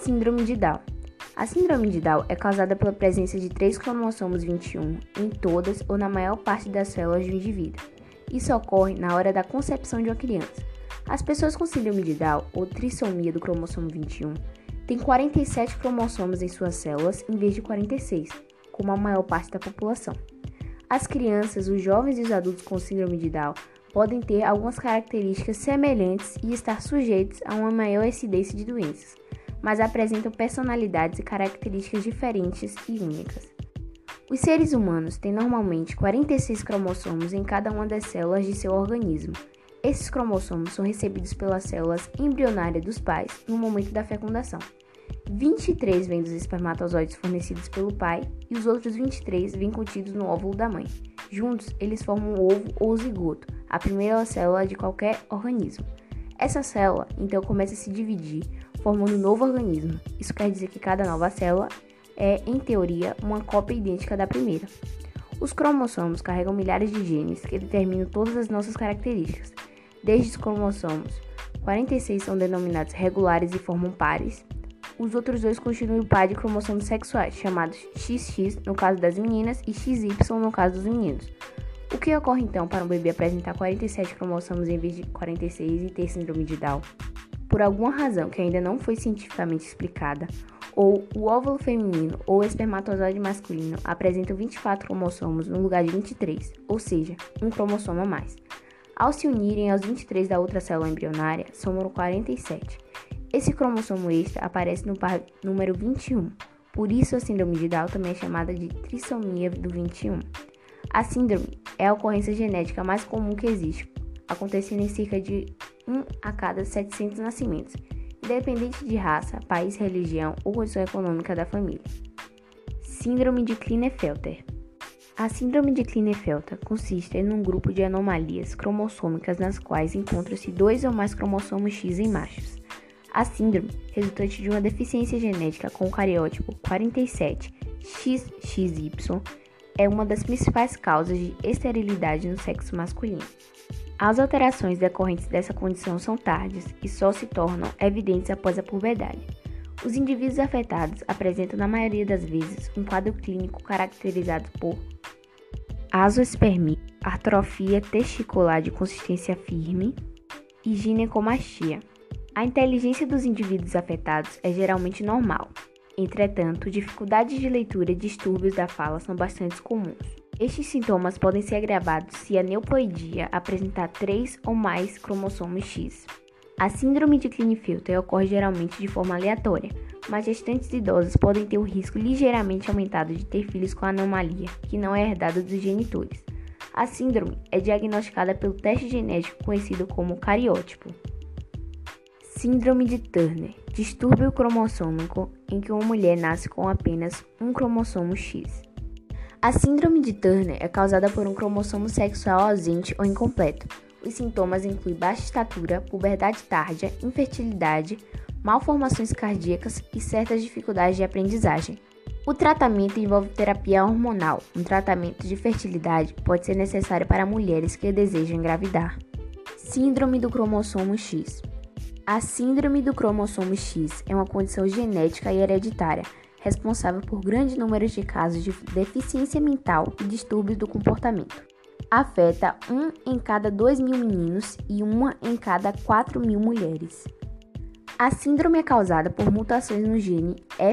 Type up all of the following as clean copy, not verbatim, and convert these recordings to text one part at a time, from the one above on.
Síndrome de Down. A síndrome de Down é causada pela presença de 3 cromossomos 21 em todas ou na maior parte das células de um indivíduo. Isso ocorre na hora da concepção de uma criança. As pessoas com síndrome de Down, ou trissomia do cromossomo 21, têm 47 cromossomos em suas células em vez de 46, como a maior parte da população. As crianças, os jovens e os adultos com síndrome de Down podem ter algumas características semelhantes e estar sujeitos a uma maior incidência de doenças, mas apresentam personalidades e características diferentes e únicas. Os seres humanos têm normalmente 46 cromossomos em cada uma das células de seu organismo. Esses cromossomos são recebidos pelas células embrionárias dos pais no momento da fecundação. 23 vêm dos espermatozoides fornecidos pelo pai e os outros 23 vêm contidos no óvulo da mãe. Juntos, eles formam o ovo ou zigoto, a primeira célula de qualquer organismo. Essa célula, então, começa a se dividir, formando um novo organismo. Isso quer dizer que cada nova célula é, em teoria, uma cópia idêntica da primeira. Os cromossomos carregam milhares de genes que determinam todas as nossas características. Desde os cromossomos, 46 são denominados regulares e formam pares. Os outros 2 constituem o par de cromossomos sexuais, chamados XX no caso das meninas e XY no caso dos meninos. O que ocorre então para um bebê apresentar 47 cromossomos em vez de 46 e ter síndrome de Down? Por alguma razão que ainda não foi cientificamente explicada, ou o óvulo feminino ou o espermatozoide masculino apresentam 24 cromossomos no lugar de 23, ou seja, um cromossomo a mais. Ao se unirem aos 23 da outra célula embrionária, somam 47. Esse cromossomo extra aparece no par número 21, por isso a síndrome de Down também é chamada de trissomia do 21. A síndrome é a ocorrência genética mais comum que existe, acontecendo em cerca de 1 a cada 700 nascimentos, independente de raça, país, religião ou condição econômica da família. Síndrome de Klinefelter. A síndrome de Klinefelter consiste em um grupo de anomalias cromossômicas nas quais encontram-se 2 ou mais cromossomos X em machos. A síndrome, resultante de uma deficiência genética com o cariótipo 47XXY, é uma das principais causas de esterilidade no sexo masculino. As alterações decorrentes dessa condição são tardias e só se tornam evidentes após a puberdade. Os indivíduos afetados apresentam, na maioria das vezes, um quadro clínico caracterizado por azoospermia, atrofia testicular de consistência firme e ginecomastia. A inteligência dos indivíduos afetados é geralmente normal. Entretanto, dificuldades de leitura e distúrbios da fala são bastante comuns. Estes sintomas podem ser agravados se a neuploidia apresentar 3 ou mais cromossomos X. A síndrome de Klinefelter ocorre geralmente de forma aleatória, mas gestantes idosas podem ter um risco ligeiramente aumentado de ter filhos com a anomalia, que não é herdada dos genitores. A síndrome é diagnosticada pelo teste genético conhecido como cariótipo. Síndrome de Turner, distúrbio cromossômico em que uma mulher nasce com apenas um cromossomo X. A síndrome de Turner é causada por um cromossomo sexual ausente ou incompleto. Os sintomas incluem baixa estatura, puberdade tardia, infertilidade, malformações cardíacas e certas dificuldades de aprendizagem. O tratamento envolve terapia hormonal. Um tratamento de fertilidade pode ser necessário para mulheres que desejam engravidar. Síndrome do cromossomo X. A síndrome do cromossomo X é uma condição genética e hereditária, responsável por grande número de casos de deficiência mental e distúrbios do comportamento. Afeta 1 em cada 2.000 meninos e 1 em cada 4.000 mulheres. A síndrome é causada por mutações no gene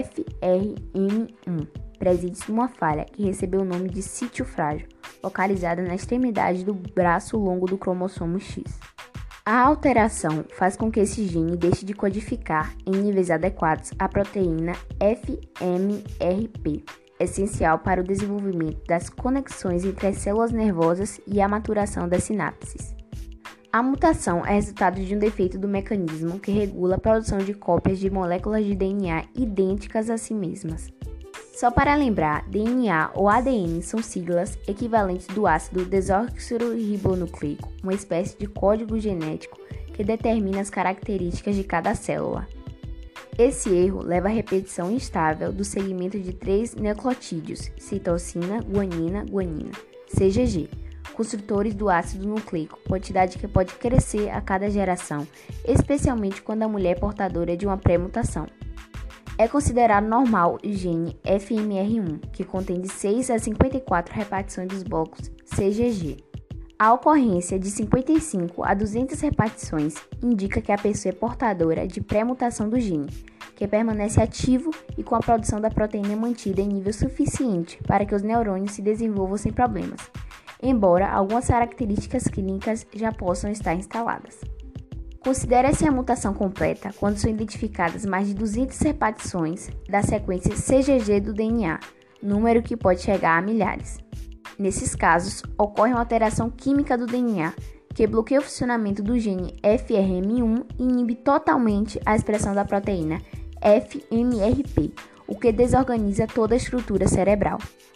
FRN1, presentes numa falha que recebeu o nome de sítio frágil, localizada na extremidade do braço longo do cromossomo X. A alteração faz com que esse gene deixe de codificar, em níveis adequados, a proteína FMRP, essencial para o desenvolvimento das conexões entre as células nervosas e a maturação das sinapses. A mutação é resultado de um defeito do mecanismo que regula a produção de cópias de moléculas de DNA idênticas a si mesmas. Só para lembrar, DNA ou ADN são siglas equivalentes do ácido desoxirribonucleico, uma espécie de código genético que determina as características de cada célula. Esse erro leva à repetição instável do segmento de 3 nucleotídeos, citosina, guanina, CGG, construtores do ácido nucleico, quantidade que pode crescer a cada geração, especialmente quando a mulher é portadora de uma pré-mutação. É considerado normal o gene FMR1, que contém de 6 a 54 repartições dos blocos CGG. A ocorrência de 55 a 200 repartições indica que a pessoa é portadora de pré-mutação do gene, que permanece ativo e com a produção da proteína mantida em nível suficiente para que os neurônios se desenvolvam sem problemas, embora algumas características clínicas já possam estar instaladas. Considera-se a mutação completa quando são identificadas mais de 200 repartições da sequência CGG do DNA, número que pode chegar a milhares. Nesses casos, ocorre uma alteração química do DNA, que bloqueia o funcionamento do gene FRM1 e inibe totalmente a expressão da proteína FMRP, o que desorganiza toda a estrutura cerebral.